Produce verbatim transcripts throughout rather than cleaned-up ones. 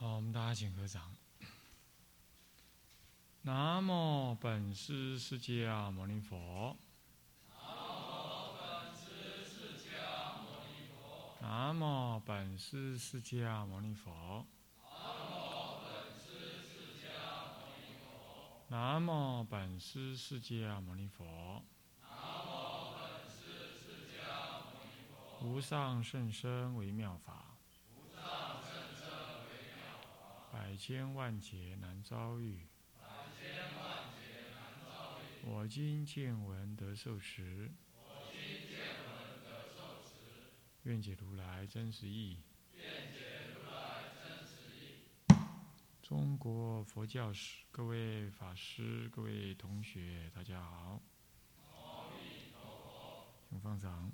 好，我们大家请合掌。南无本师释迦牟尼佛。南无本师释迦牟尼佛。南无本师释迦牟尼佛。无上甚深微妙法，百千万劫难遭遇。我今见闻得受持，愿解如来真实义。中国佛教史，各位法师、各位同学，大家好。请放掌。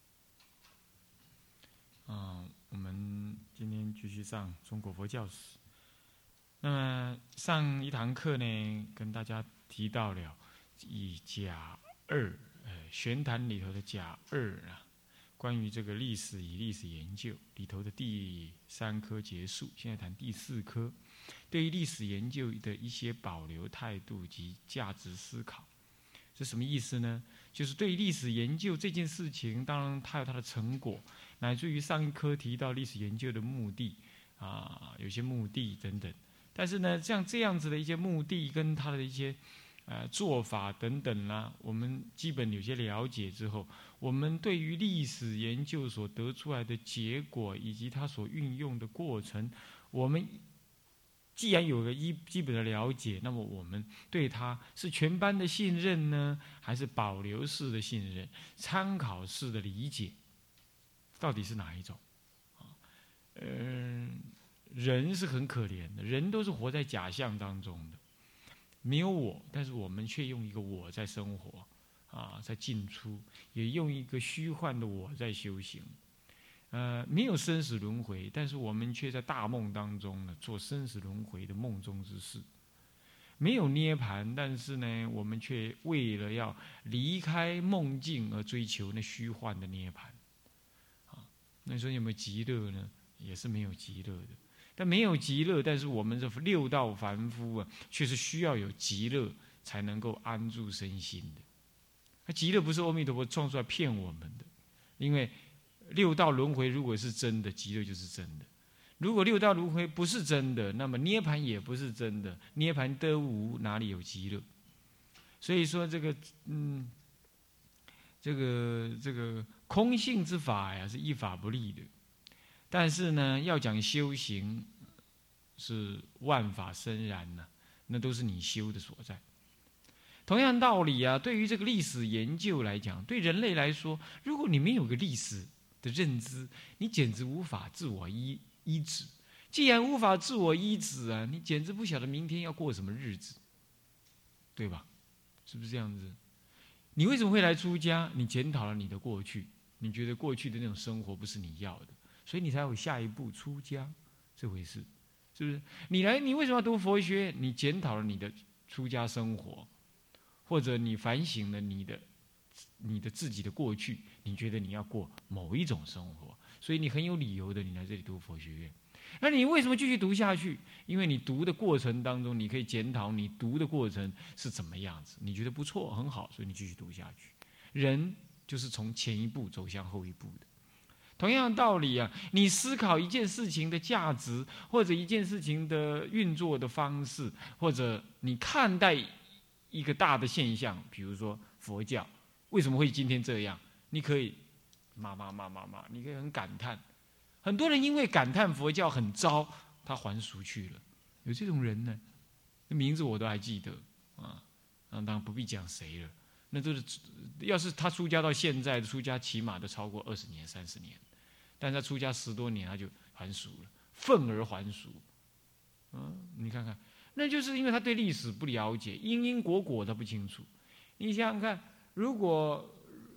啊，我们今天继续上中国佛教史。那么上一堂课呢，跟大家提到了以甲二，呃，玄坛里头的甲二啊，关于这个历史与历史研究里头的第三科结束，现在谈第四科，对于历史研究的一些保留态度及价值思考。这什么意思呢？就是对于历史研究这件事情，当然它有它的成果，乃至于上一科提到历史研究的目的啊，有些目的等等。但是呢，像这样子的一些目的跟它的一些呃做法等等啦、啊，我们基本有些了解之后，我们对于历史研究所得出来的结果以及它所运用的过程，我们既然有个一基本的了解，那么我们对它是全班的信任呢，还是保留式的信任、参考式的理解，到底是哪一种？嗯、呃，人是很可怜的，人都是活在假象当中的，没有我，但是我们却用一个我在生活，啊，在进出，也用一个虚幻的我在修行。呃，没有生死轮回，但是我们却在大梦当中呢，做生死轮回的梦中之事。没有涅槃，但是呢，我们却为了要离开梦境而追求那虚幻的涅槃。啊，那你说有没有极乐呢？也是没有极乐的。但没有极乐，但是我们这六道凡夫啊，却是需要有极乐才能够安住身心的。那极乐不是阿弥陀佛创出来骗我们的，因为六道轮回如果是真的，极乐就是真的；如果六道轮回不是真的，那么涅槃也不是真的。涅槃得无，哪里有极乐？所以说这个，嗯，这个这个空性之法呀，是一法不立的。但是呢，要讲修行，是万法生然呢、啊，那都是你修的所在。同样道理啊，对于这个历史研究来讲，对人类来说，如果你没有个历史的认知，你简直无法自我依依止。既然无法自我依止啊，你简直不晓得明天要过什么日子，对吧？是不是这样子？你为什么会来出家？你检讨了你的过去，你觉得过去的那种生活不是你要的，所以你才有下一步出家这回事，是不是？你来，你为什么要读佛学？你检讨了你的出家生活，或者你反省了你的你的自己的过去，你觉得你要过某一种生活，所以你很有理由的，你来这里读佛学院。那你为什么继续读下去？因为你读的过程当中，你可以检讨你读的过程是怎么样子，你觉得不错，很好，所以你继续读下去。人就是从前一步走向后一步的。同样的道理啊，你思考一件事情的价值，或者一件事情的运作的方式，或者你看待一个大的现象，比如说佛教为什么会今天这样，你可以骂骂骂骂骂，你可以很感叹。很多人因为感叹佛教很糟，他还俗去了，有这种人呢，那名字我都还记得啊，当然不必讲谁了。那都是，要是他出家到现在，出家起码都超过二十年、三十年，但是他出家十多年，他就还俗了，愤而还俗。嗯，你看看，那就是因为他对历史不了解，因因果果他不清楚。你想想看，如果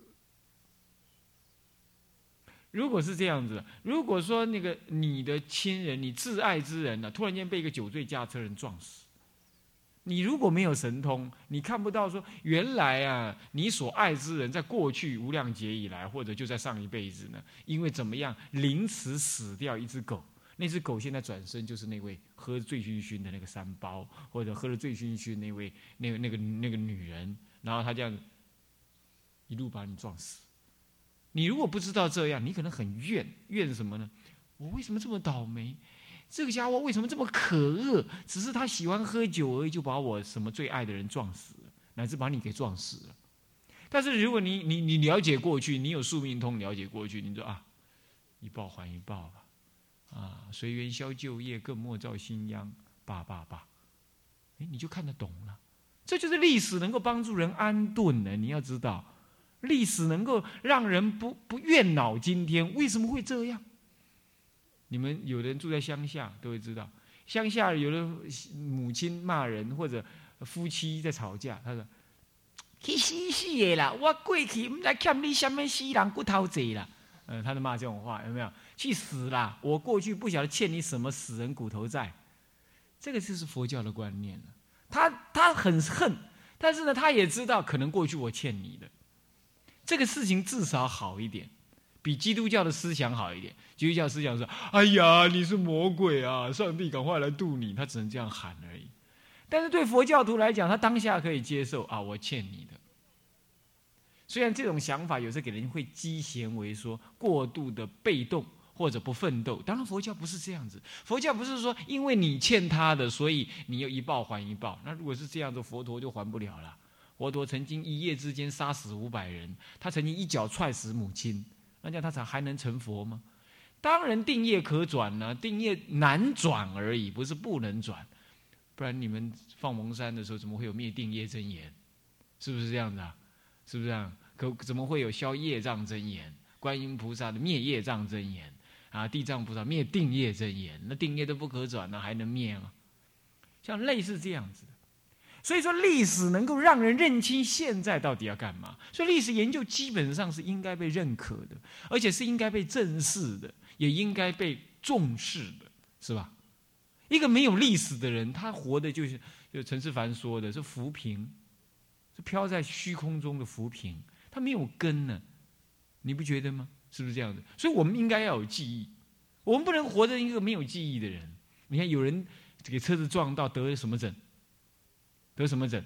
如果是这样子，如果说那个你的亲人、你挚爱之人呢、啊，突然间被一个酒醉驾车人撞死。你如果没有神通，你看不到说原来啊，你所爱之人在过去无量劫以来，或者就在上一辈子呢，因为怎么样凌迟死掉一只狗， 那只狗现在转身就是那位喝醉醺醺的那个三胞，或者喝了醉醺醺那位那个那个那个女人，然后他这样一路把你撞死。你如果不知道这样，你可能很怨怨什么呢？我为什么这么倒霉？这个家伙为什么这么可恶？只是他喜欢喝酒而已，就把我什么最爱的人撞死了，乃至把你给撞死了。但是如果你你你了解过去，你有宿命通了解过去，你说啊，一报还一报吧。啊，随缘消旧业，更莫造新殃。罢罢罢，哎，你就看得懂了。这就是历史能够帮助人安顿的。你要知道，历史能够让人不不怨恼今天。为什么会这样？你们有的人住在乡下都会知道，乡下有的母亲骂人，或者夫妻在吵架，他说：“去死死的啦！我过去唔来欠你什么死人骨头子啦。”呃，他就骂这种话，有没有？去死啦！我过去不晓得欠你什么死人骨头债，这个就是佛教的观念了。他他很恨，但是呢，他也知道可能过去我欠你的，这个事情至少好一点，比基督教的思想好一点。基督教思想说：“哎呀，你是魔鬼啊，上帝赶快来渡你。”他只能这样喊而已。但是对佛教徒来讲，他当下可以接受啊，我欠你的。虽然这种想法有时候给人会讥嫌为说过度的被动或者不奋斗，当然佛教不是这样子。佛教不是说因为你欠他的，所以你要一报还一报。那如果是这样子，佛陀就还不了了。佛陀曾经一夜之间杀死五百人，他曾经一脚踹死母亲，那这样他才还能成佛吗？当然定业可转呢、啊，定业难转而已，不是不能转。不然你们放蒙山的时候，怎么会有灭定业真言？是不是这样子啊？是不是这样？可怎么会有消业障真言？观音菩萨的灭业障真言啊，地藏菩萨灭定业真言，那定业都不可转了，还能灭吗？像类似这样子的。所以说，历史能够让人认清现在到底要干嘛。所以历史研究基本上是应该被认可的，而且是应该被正视的，也应该被重视的，是吧？一个没有历史的人，他活的就是就陈世凡说的是浮萍，是飘在虚空中的浮萍，他没有根呢，你不觉得吗？是不是这样的？所以我们应该要有记忆，我们不能活着一个没有记忆的人。你看，有人给车子撞到，得了什么疹？得什么疹？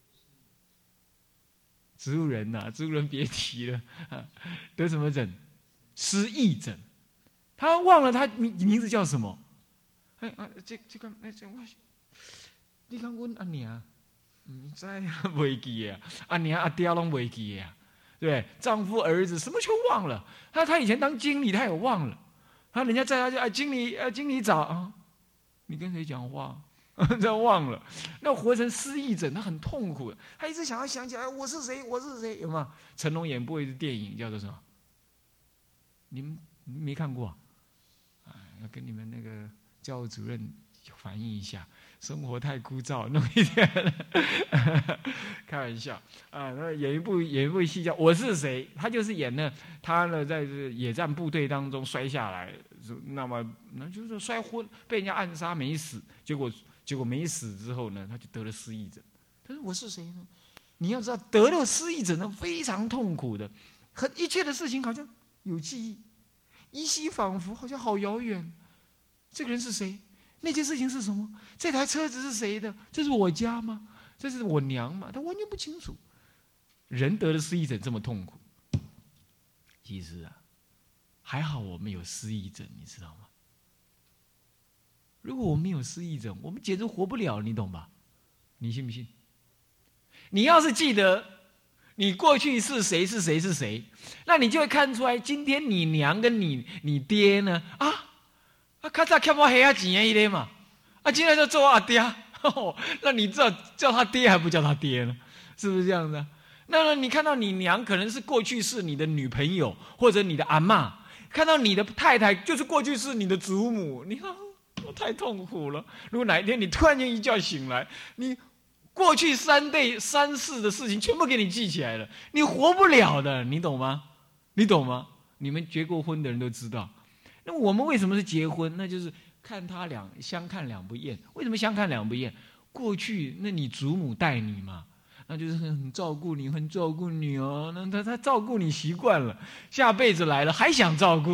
植物人呐、啊，植物人别提了，得什么疹？失忆症。他忘了他名名字叫什么？哎啊，这这个哎这我，你看我阿娘，唔知袂记啊，阿娘阿爹拢袂记啊，对不对？丈夫儿子什么全忘了。他他以前当经理，他也忘了。他人家在他就哎经理呃经理早啊，你跟谁讲话？这忘了，那活成失忆症，他很痛苦。他一直想要想起来，我是谁，我是谁，有没有？成龙演过一部电影叫做什么？你们没看过、啊？啊，要跟你们那个教务主任反映一下，生活太枯燥，弄一点。开玩笑啊，那演一部演一部戏叫《我是谁》，他就是演呢，他呢在野战部队当中摔下来，那么那就是摔昏，被人家暗杀没死，结果。结果没死之后呢，他就得了失忆症。他说：“我是谁呢？”你要知道，得了失忆症呢，非常痛苦的，和一切的事情好像有记忆，依稀仿佛，好像好遥远。这个人是谁？那件事情是什么？这台车子是谁的？这是我家吗？这是我娘吗？他完全不清楚。人得了失忆症这么痛苦，其实啊，还好我们有失忆症，你知道吗？如果我们有失忆症，我们简直活不了，你懂吧？你信不信？你要是记得你过去是谁是谁是谁，那你就会看出来，今天你娘跟你你爹呢啊啊，较早欠我黑啊钱一类嘛，啊，今天就做我阿爹、哦，那你知道叫他爹还不叫他爹呢？是不是这样的、啊？那你看到你娘可能是过去是你的女朋友或者你的阿嬷，看到你的太太就是过去是你的祖母，你看。我太痛苦了。如果哪一天你突然间一觉醒来，你过去三辈三世的事情全部给你记起来了，你活不了的，你懂吗？你懂吗？你们结过婚的人都知道。那我们为什么是结婚？那就是看他两相看两不厌。为什么相看两不厌？过去那你祖母带你嘛，那就是很照顾你，很照顾你哦。那他他照顾你习惯了，下辈子来了还想照顾你。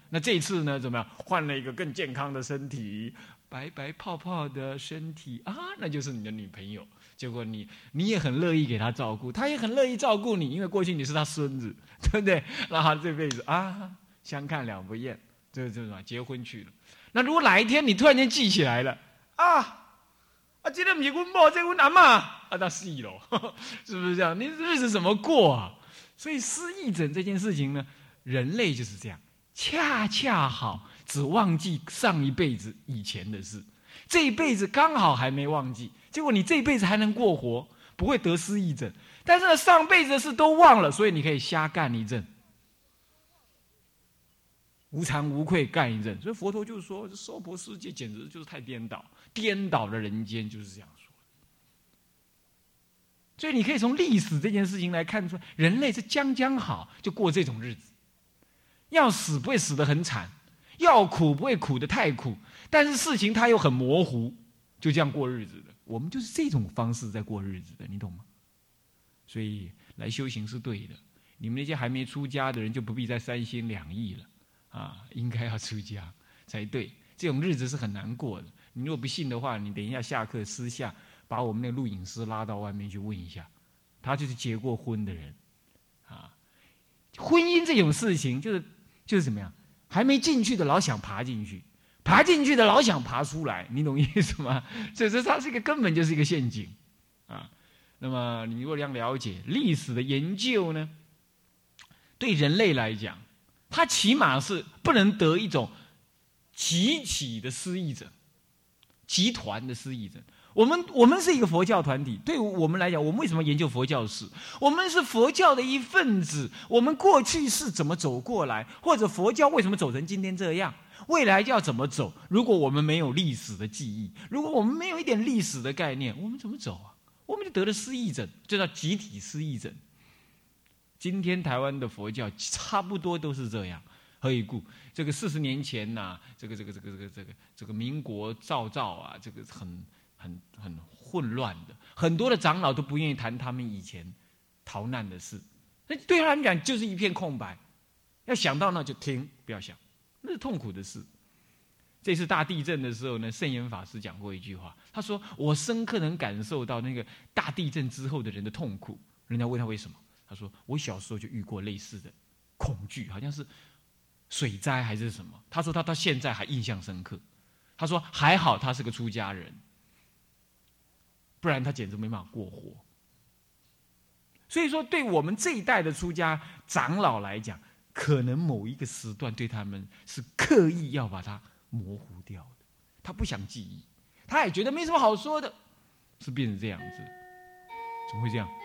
那这一次呢，怎么样？换了一个更健康的身体，白白泡泡的身体啊，那就是你的女朋友。结果你你也很乐意给她照顾，她也很乐意照顾你，因为过去你是她孙子，对不对？那她这辈子啊，相看两不厌，这这什么？结婚去了。那如果哪一天你突然间记起来了啊啊，这个不是我某，这是我阿嬷啊，那死了，是不是这样？你日子怎么过啊？所以失忆症这件事情呢，人类就是这样，恰恰好只忘记上一辈子以前的事，这一辈子刚好还没忘记。结果你这一辈子还能过活，不会得失忆症，但是呢，上辈子的事都忘了，所以你可以瞎干一阵，无惭无愧干一阵。所以佛陀就是说，这娑婆世界简直就是太颠倒，颠倒的人间就是这样说。所以你可以从历史这件事情来看出，人类是将将好就过这种日子，要死不会死得很惨，要苦不会苦得太苦，但是事情它又很模糊，就这样过日子的。我们就是这种方式在过日子的，你懂吗？所以来修行是对的。你们那些还没出家的人就不必再三心两意了啊，应该要出家才对。这种日子是很难过的。你如果不信的话，你等一下下课私下把我们那个录影师拉到外面去问一下，他就是结过婚的人啊。婚姻这种事情就是就是怎么样，还没进去的老想爬进去。爬进去的老想爬出来，你懂意思吗？所以说它是一个根本就是一个陷阱啊。那么你如果这样了解历史的研究呢，对人类来讲，它起码是不能得一种集体的失忆症，集团的失忆症。我们我们是一个佛教团体，对我们来讲，我们为什么研究佛教史？我们是佛教的一份子，我们过去是怎么走过来，或者佛教为什么走成今天这样？未来要怎么走？如果我们没有历史的记忆，如果我们没有一点历史的概念，我们怎么走啊？我们就得了失忆症，这叫集体失忆症。今天台湾的佛教差不多都是这样。何以故？这个四十年前呐、啊，这个这个这个这个这个这个民国造造啊，这个很很很混乱的，很多的长老都不愿意谈他们以前逃难的事，那对他们讲就是一片空白。要想到那就听，不要想。那是痛苦的事。这次大地震的时候呢，圣严法师讲过一句话，他说：“我深刻能感受到那个大地震之后的人的痛苦。”人家问他为什么，他说：“我小时候就遇过类似的恐惧，好像是水灾还是什么。”他说他到现在还印象深刻。他说还好他是个出家人，不然他简直没办法过活。所以说，对我们这一代的出家长老来讲，可能某一个时段对他们是刻意要把它模糊掉的，他不想记忆，他也觉得没什么好说的，是变成这样子。怎么会这样？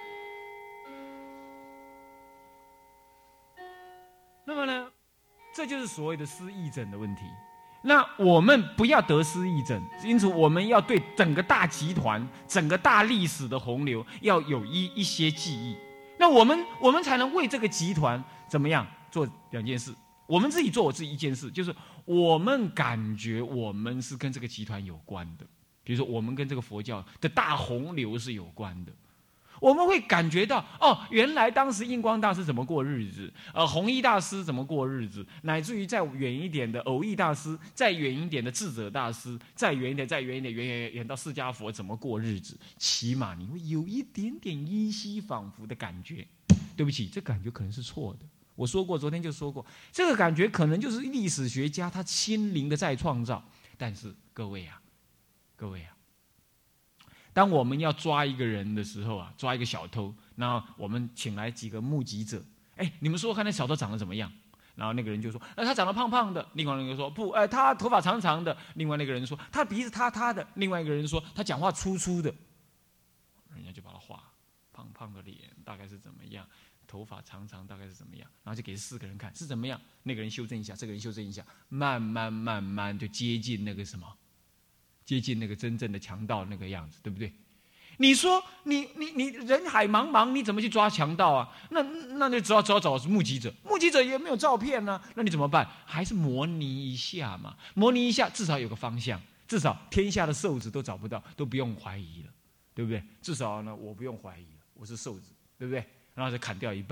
那么呢，这就是所谓的失忆症的问题。那我们不要得失忆症，因此我们要对整个大集团、整个大历史的洪流要有一一些记忆。那我们我们才能为这个集团怎么样做两件事。我们自己做我自己一件事，就是我们感觉我们是跟这个集团有关的，比如说我们跟这个佛教的大洪流是有关的。我们会感觉到哦，原来当时印光大师怎么过日子，呃，弘一大师怎么过日子，乃至于再远一点的偶益大师，再远一点的智者大师，再远一点，再远一点，远远远到释迦佛怎么过日子，起码你会有一点点依稀仿佛的感觉。对不起，这感觉可能是错的。我说过，昨天就说过，这个感觉可能就是历史学家他心灵的再创造。但是各位啊，各位啊。当我们要抓一个人的时候啊，抓一个小偷，然后我们请来几个目击者，哎，你们说看那小偷长得怎么样？然后那个人就说，呃，他长得胖胖的。另外一个人说不，呃，他头发长长的。另外那个人说他鼻子塌塌的。另外一个人说他讲话粗粗的。人家就把他画胖胖的脸，大概是怎么样？头发长长，大概是怎么样？然后就给四个人看是怎么样？那个人修正一下，这个人修正一下，慢慢慢慢就接近那个什么。接近那个真正的强盗那个样子，对不对？你说你你你人海茫茫，你怎么去抓强盗啊？那那就只要只要找目击者，目击者也没有照片呢、啊，那你怎么办？还是模拟一下嘛，模拟一下，至少有个方向，至少天下的瘦子都找不到，都不用怀疑了，对不对？至少呢，我不用怀疑了，我是瘦子，对不对？然后就砍掉一半了，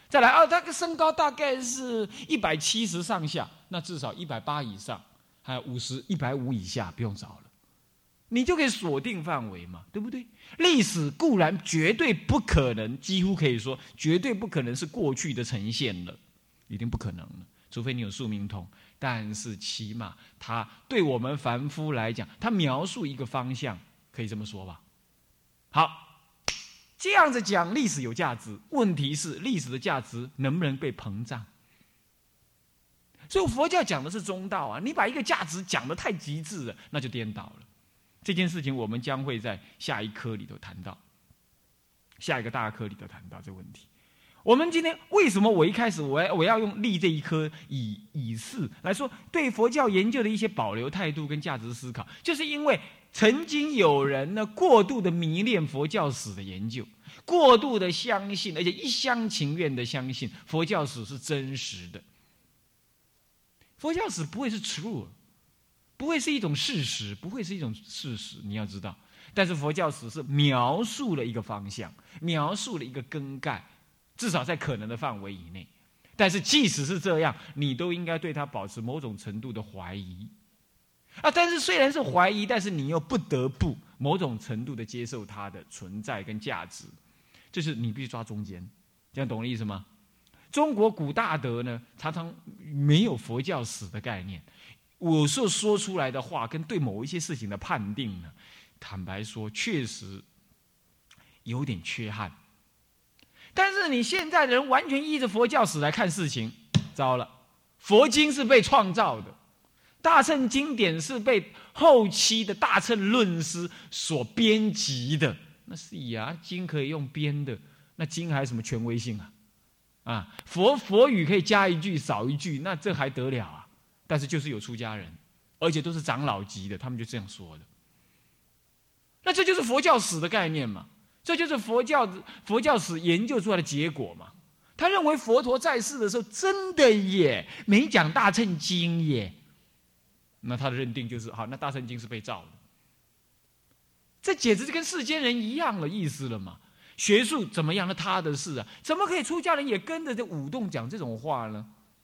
再来啊，他的身高大概是一百七十上下，那至少一百八以上，还有五十、一百五以下，不用找了，你就可以锁定范围嘛，对不对？历史固然绝对不可能，几乎可以说绝对不可能是过去的呈现了，一定不可能了，除非你有宿命通。但是起码它对我们凡夫来讲，它描述一个方向，可以这么说吧？好。这样子讲历史有价值，问题是历史的价值能不能被膨胀？所以佛教讲的是中道啊，你把一个价值讲得太极致了，那就颠倒了。这件事情我们将会在下一课里头谈到，下一个大课里头谈到这个问题。我们今天为什么我一开始我要我要用立这一科以以示来说对佛教研究的一些保留态度跟价值思考，就是因为曾经有人呢过度的迷恋佛教史的研究，过度的相信，而且一厢情愿的相信佛教史是真实的。佛教史不会是 true， 不会是一种事实，不会是一种事实，你要知道。但是佛教史是描述了一个方向，描述了一个根概，至少在可能的范围以内。但是即使是这样，你都应该对它保持某种程度的怀疑啊。但是虽然是怀疑，但是你又不得不某种程度的接受它的存在跟价值，就是你必须抓中间，这样懂我的意思吗？中国古大德呢，常常没有佛教史的概念，我所说出来的话跟对某一些事情的判定呢，坦白说确实有点缺憾。但是你现在的人完全依着佛教史来看事情，糟了，佛经是被创造的，大乘经典是被后期的大乘论师所编辑的，那是呀，经可以用编的，那经还有什么权威性啊？啊，佛佛语可以加一句少一句，那这还得了啊？但是就是有出家人，而且都是长老级的，他们就这样说的。那这就是佛教史的概念嘛？这就是佛教佛教史研究出来的结果嘛？他认为佛陀在世的时候真的耶，没讲大乘经耶。那他的认定就是好，那大乘经是被造的。这简直是跟世间人一样的意思了嘛？学术怎么样那他的事啊？怎么可以出家人也跟着这舞动讲这种话呢？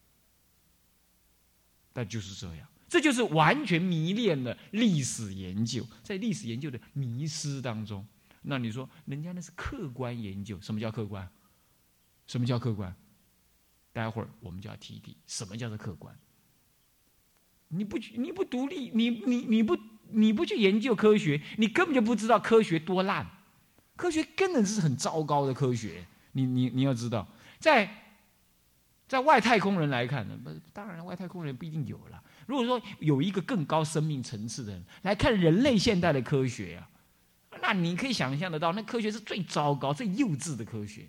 但就是这样，这就是完全迷恋了历史研究，在历史研究的迷失当中。那你说人家那是客观研究，什么叫客观？什么叫客观？待会儿我们就要提提什么叫做客观。你不你不独立，你你你不你不去研究科学，你根本就不知道科学多烂。科学根本是很糟糕的科学，你你你要知道，在在外太空人来看呢，当然外太空人不一定有了。如果说有一个更高生命层次的人来看人类现代的科学啊，那你可以想象得到，那科学是最糟糕、最幼稚的科学。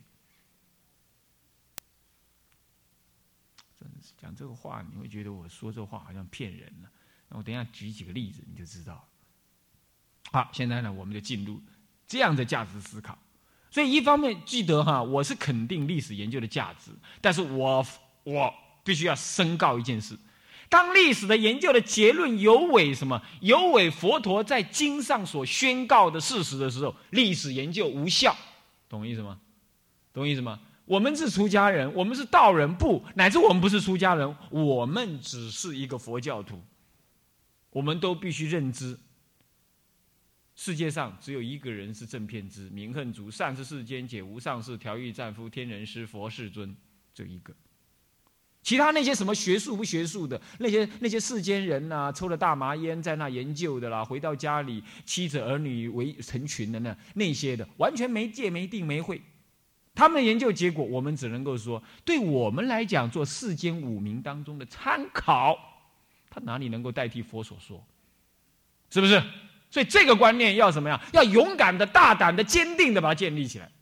真的是讲这个话，你会觉得我说这话好像骗人了。那我等一下举几个例子，你就知道了。好，现在呢，我们就进入这样的价值思考。所以一方面记得哈，我是肯定历史研究的价值，但是我我必须要申告一件事：当历史的研究的结论有违什么，有违佛陀在经上所宣告的事实的时候，历史研究无效。懂我意思吗？懂我意思吗？我们是出家人，我们是道人，不，乃至我们不是出家人，我们只是一个佛教徒，我们都必须认知。世界上只有一个人是正遍知，名恨足，善是世间解，无上士，调御战夫，天人师，佛世尊，这一个。其他那些什么学术不学术的，那些那些世间人呐、啊，抽了大麻烟在那研究的啦，回到家里妻子儿女为成群的呢，那些的完全没戒没定没慧，他们的研究结果，我们只能够说，对我们来讲，做世间五明当中的参考，他哪里能够代替佛所说？是不是？所以这个观念要怎么样？要勇敢的、大胆的、坚定的把它建立起来。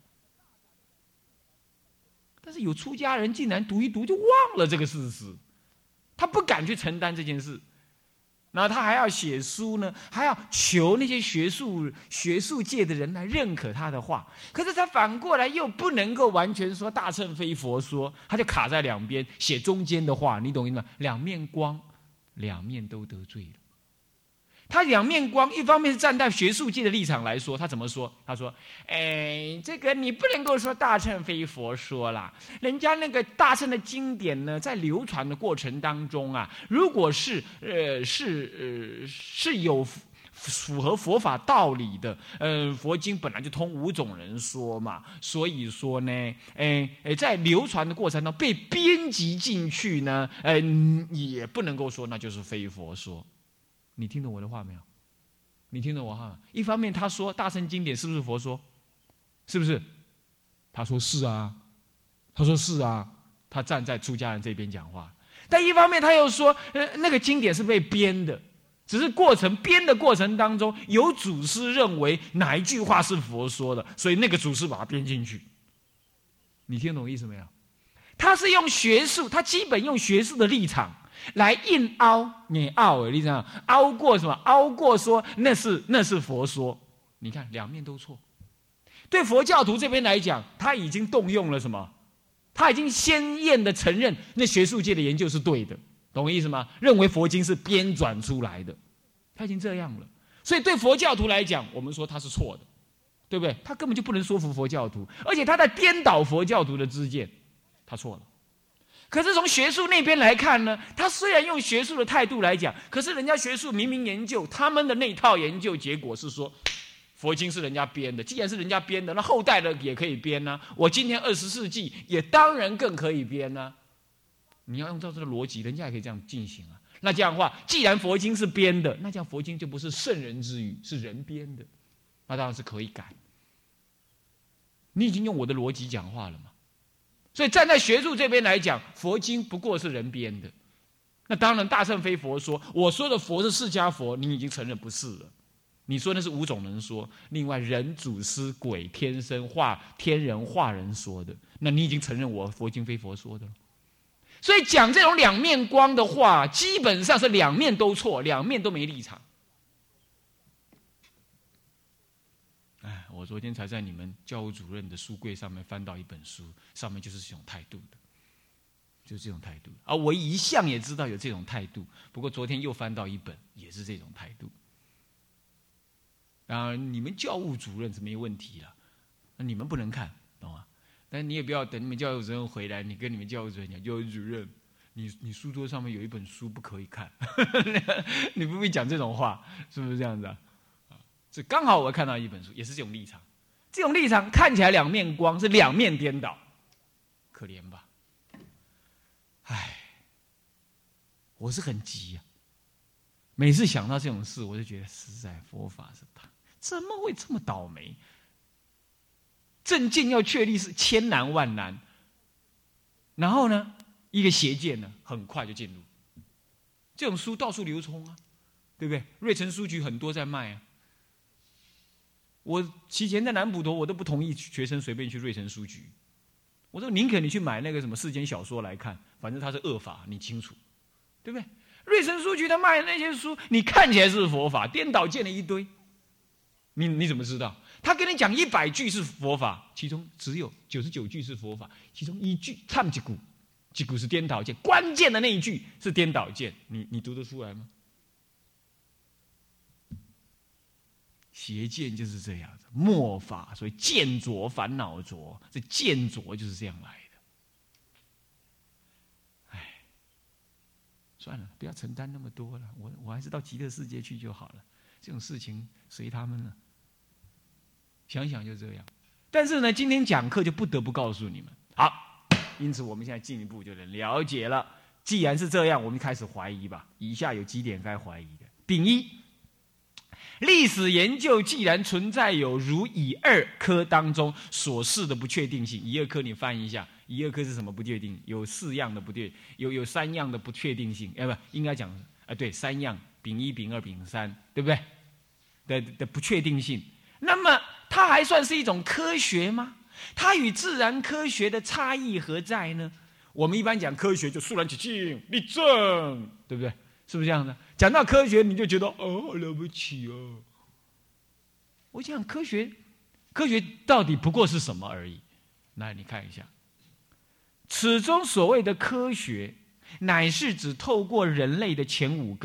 但是有出家人竟然读一读就忘了这个事实，他不敢去承担这件事，然后他还要写书呢，还要求那些学术学术界的人来认可他的话。可是他反过来又不能够完全说大乘非佛说，他就卡在两边，写中间的话，你懂意思吗？两面光，两面都得罪了。 他两面光，一方面是站在学术界的立场来说，他怎么说？他说：“哎，这个你不能够说大乘非佛说啦，人家那个大乘的经典呢，在流传的过程当中啊，如果是呃是呃是有符合佛法道理的，呃，佛经本来就通五种人说嘛，所以说呢，哎哎，在流传的过程中被编辑进去呢，呃，也不能够说那就是非佛说。你听懂我的话没有？你听懂我话？一方面他说大乘经典是不是佛说？是不是？他说是啊，他说是啊，他站在出家人这边讲话。但一方面他又说，呃，那个经典是被编的。只是过程编的过程当中，有祖师认为哪一句话是佛说的，所以那个祖师把它编进去。你听懂意思没有？他是用学术，他基本用学术的立场来硬凹，你凹的立场，凹过什么？凹过说那是那是佛说。你看两面都错。对佛教徒这边来讲，他已经动用了什么？他已经鲜艳的承认那学术界的研究是对的。懂我意思吗？认为佛经是编纂出来的，他已经这样了。所以对佛教徒来讲，我们说他是错的，对不对？他根本就不能说服佛教徒，而且他在颠倒佛教徒的知见，他错了。可是从学术那边来看呢，他虽然用学术的态度来讲，可是人家学术明明研究，他们的那套研究结果是说，佛经是人家编的。既然是人家编的，那后代的也可以编啊。我今天二十世纪也当然更可以编啊。你要用照这个逻辑，人家也可以这样进行啊。那这样的话，既然佛经是编的，那这样佛经就不是圣人之语，是人编的，那当然是可以改。你已经用我的逻辑讲话了嘛？所以站在学术这边来讲，佛经不过是人编的。那当然，大乘非佛说，我说的佛是释迦佛，你已经承认不是了。你说那是五种人说，另外人、祖师、鬼、天生、化天人、化人说的，那你已经承认我佛经非佛说的了。所以讲这种两面光的话，基本上是两面都错，两面都没立场。哎，我昨天才在你们教务主任的书柜上面翻到一本书，上面就是这种态度的，就是这种态度。而我一向也知道有这种态度，不过昨天又翻到一本，也是这种态度。当然，你们教务主任是没问题了，那你们不能看，懂吗？但你也不要等你们教务主任回来，你跟你们教务主任讲，教务主任，你你书桌上面有一本书不可以看，你不必讲这种话，是不是这样子啊？这刚好我看到一本书，也是这种立场，这种立场看起来两面光，是两面颠倒，可怜吧？唉，我是很急啊，每次想到这种事，我就觉得实在佛法是他怎么会这么倒霉？正见要确立是千难万难，然后呢，一个邪见呢，很快就进入。这种书到处流通啊，对不对？瑞城书局很多在卖啊。我以前在南普陀，我都不同意学生随便去瑞城书局。我说宁可你去买那个什么世间小说来看，反正它是恶法，你清楚，对不对？瑞城书局他卖的那些书，你看起来是佛法，颠倒见了一堆。你你怎么知道？他跟你讲一百句是佛法，其中只有九十九句是佛法，其中一句唱几股，几股是颠倒见，关键的那一句是颠倒见，你你读得出来吗？邪见就是这样子，末法，所以见浊烦恼浊，这见浊就是这样来的。哎，算了，不要承担那么多了，我我还是到极乐世界去就好了。这种事情随他们了。想想就这样，但是呢，今天讲课就不得不告诉你们，好，因此我们现在进一步就能了解了。既然是这样，我们开始怀疑吧。以下有几点该怀疑的：丙一，历史研究既然存在有如乙二科当中所示的不确定性，乙二科你翻译一下，乙二科是什么不确定？有四样的不确，有有三样的不确定性，哎不，应该讲啊，对，三样，丙一、丙二、丙三，对不对？的的不确定性，那么它还算是一种科学吗？它与自然科学的差异何在呢？我们一般讲科学就肃然起敬、立正，对不对？是不是这样的？讲到科学，你就觉得哦，了不起哦。我讲科学，科学到底不过是什么而已？来，你看一下，此中所谓的科学，乃是指透过人类的前五根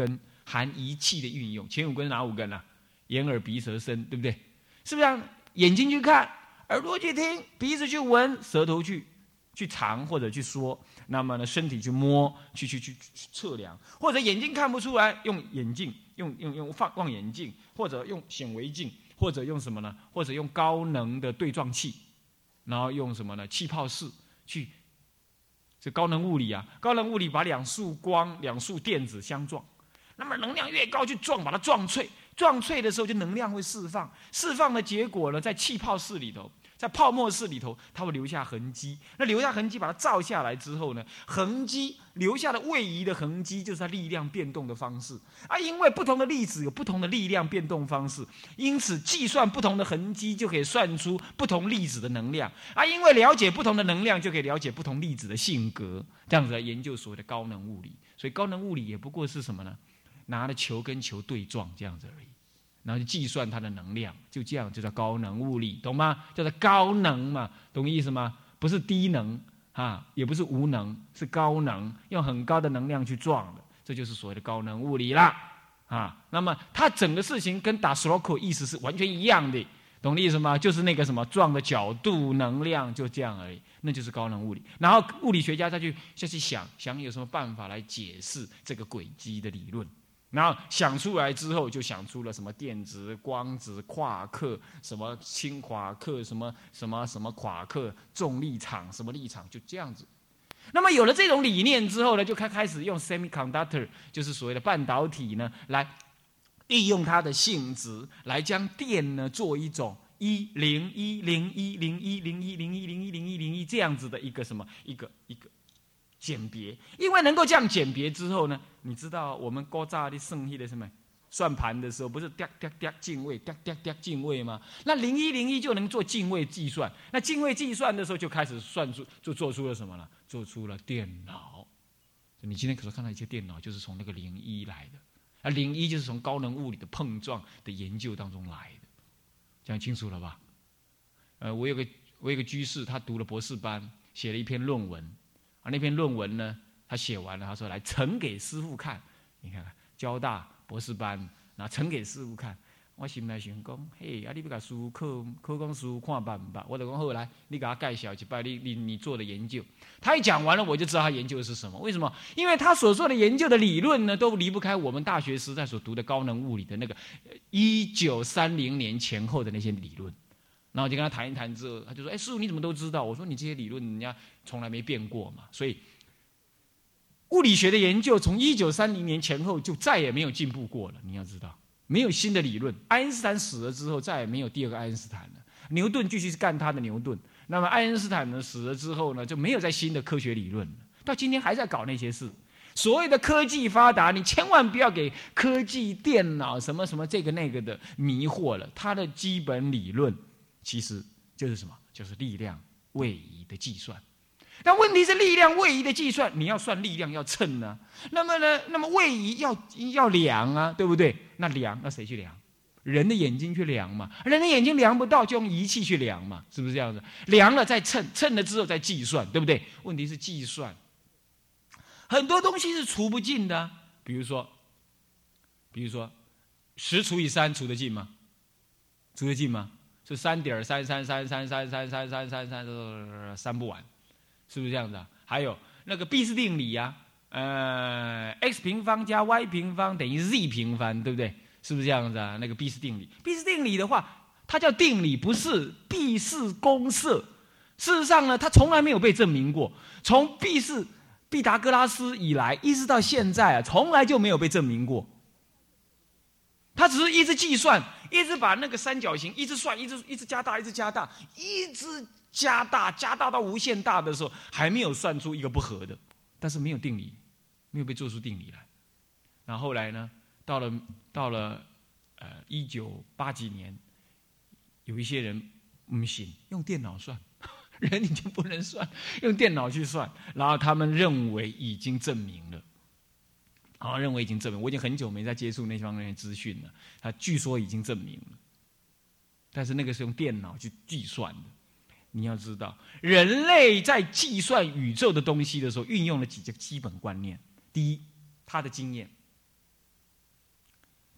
含仪器的运用。前五根哪五根啊？眼、耳、鼻、舌、身，对不对？是不是这样？眼睛去看，耳朵去听，鼻子去闻，舌头去去尝或者去说，那么呢，身体去摸，去去去去测量，或者眼睛看不出来，用眼镜，用用用放望远镜，或者用显微镜，或者用什么呢？或者用高能的对撞器，然后用什么呢？气泡式去，这高能物理啊，高能物理把两束光、两束电子相撞，那么能量越高去撞，把它撞脆。撞脆的时候，就能量会释放，释放的结果呢，在气泡室里头，在泡沫室里头，它会留下痕迹。那留下痕迹，把它照下来之后呢，痕迹留下的位移的痕迹，就是它力量变动的方式啊。因为不同的粒子有不同的力量变动方式，因此计算不同的痕迹，就可以算出不同粒子的能量啊。因为了解不同的能量，就可以了解不同粒子的性格，这样子来研究所谓的高能物理。所以高能物理也不过是什么呢？拿了球跟球对撞这样子而已，然后就计算它的能量，就这样就叫高能物理，懂吗？叫做高能嘛，懂意思吗？不是低能啊，也不是无能，是高能，用很高的能量去撞的，这就是所谓的高能物理啦啊。那么它整个事情跟打 stroke 意思是完全一样的，懂的意思吗？就是那个什么撞的角度、能量，就这样而已，那就是高能物理。然后物理学家再去再去想想有什么办法来解释这个轨迹的理论。然后想出来之后，就想出了什么电子、光子、夸克、什么氢夸克、什么什么什么夸克、重力场、什么力场，就这样子。那么有了这种理念之后呢，就开开始用 semiconductor， 就是所谓的半导体呢，来利用它的性质，来将电呢做一种一零一零一零一零一零一零一零一零一这样子的一个什么一个一个。鉴别，因为能够这样鉴别之后呢，你知道我们古早的算那个什么算盘的时候，不是掉掉掉进位，掉掉掉进位吗？那零一零一就能做进位计算。那进位计算的时候，就开始算出，就做出了什么了？做出了电脑。你今天可是看到一些电脑，就是从那个零一来的。啊，零一就是从高能物理的碰撞的研究当中来的，讲清楚了吧？呃，我有个我有个居士，他读了博士班，写了一篇论文。啊，那篇论文呢，他写完了，他说来呈给师父看。你看看交大博士班，然后呈给师父看。我心内想讲，嘿，啊，你要给师父考考讲师父看办不办？我就讲好来，你给他介绍一拜，你你你做的研究。他一讲完了，我就知道他研究的是什么。为什么？因为他所做的研究的理论呢，都离不开我们大学时代所读的高能物理的那个一九三零年前后的那些理论。然后就跟他谈一谈之后，他就说：“哎，师父你怎么都知道？”我说：“你这些理论人家从来没变过嘛。”所以物理学的研究从一九三零年前后就再也没有进步过了。你要知道，没有新的理论。爱因斯坦死了之后，再也没有第二个爱因斯坦了。牛顿继续干他的牛顿。那么爱因斯坦呢死了之后呢，就没有再新的科学理论了。到今天还在搞那些事。所谓的科技发达，你千万不要给科技、电脑什么什么这个那个的迷惑了。它的基本理论。其实就是什么？就是力量位移的计算。但问题是，力量位移的计算，你要算力量要称啊。那么呢，那么位移要要量啊，对不对？那量，那谁去量？人的眼睛去量嘛。人的眼睛量不到，就用仪器去量嘛，是不是这样子？量了再称，称了之后再计算，对不对？问题是计算，很多东西是除不尽的、啊。比如说，比如说，十除以三除得尽吗？除得尽吗？是三点三三三三三三三三三三三不完，是不是这样子啊？还有那个毕氏定理呀、啊，呃 ，x 平方加 y 平方等于 z 平方，对不对？是不是这样子啊？那个毕氏定理，毕氏定理的话，它叫定理，不是毕氏公设。事实上呢，它从来没有被证明过。从毕氏毕达哥拉斯以来，一直到现在啊，从来就没有被证明过。他只是一直计算，一直把那个三角形一直算，一直一直加大，一直加大，一直加大，加大到无限大的时候，还没有算出一个不合的，但是没有定理，没有被做出定理来。然后后来呢，到了到了呃一九八几年，有一些人不行，用电脑算，人已经不能算，用电脑去算，然后他们认为已经证明了。好，认为已经证明，我已经很久没再接触那方面的资讯了。他据说已经证明了，但是那个是用电脑去计算的。你要知道，人类在计算宇宙的东西的时候，运用了几个基本观念。第一，他的经验，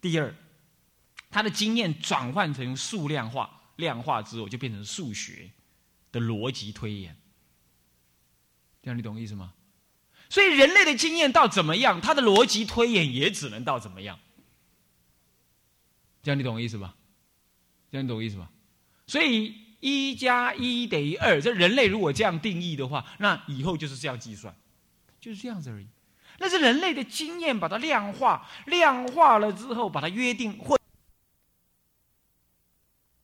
第二，他的经验转换成数量化，量化之后就变成数学的逻辑推演。这样你懂意思吗？所以人类的经验到怎么样，他的逻辑推演也只能到怎么样。这样你懂意思吧？这样你懂意思吧？所以一加一等于二，这人类如果这样定义的话，那以后就是这样计算，就是这样子而已。那是人类的经验把它量化，量化了之后把它约定或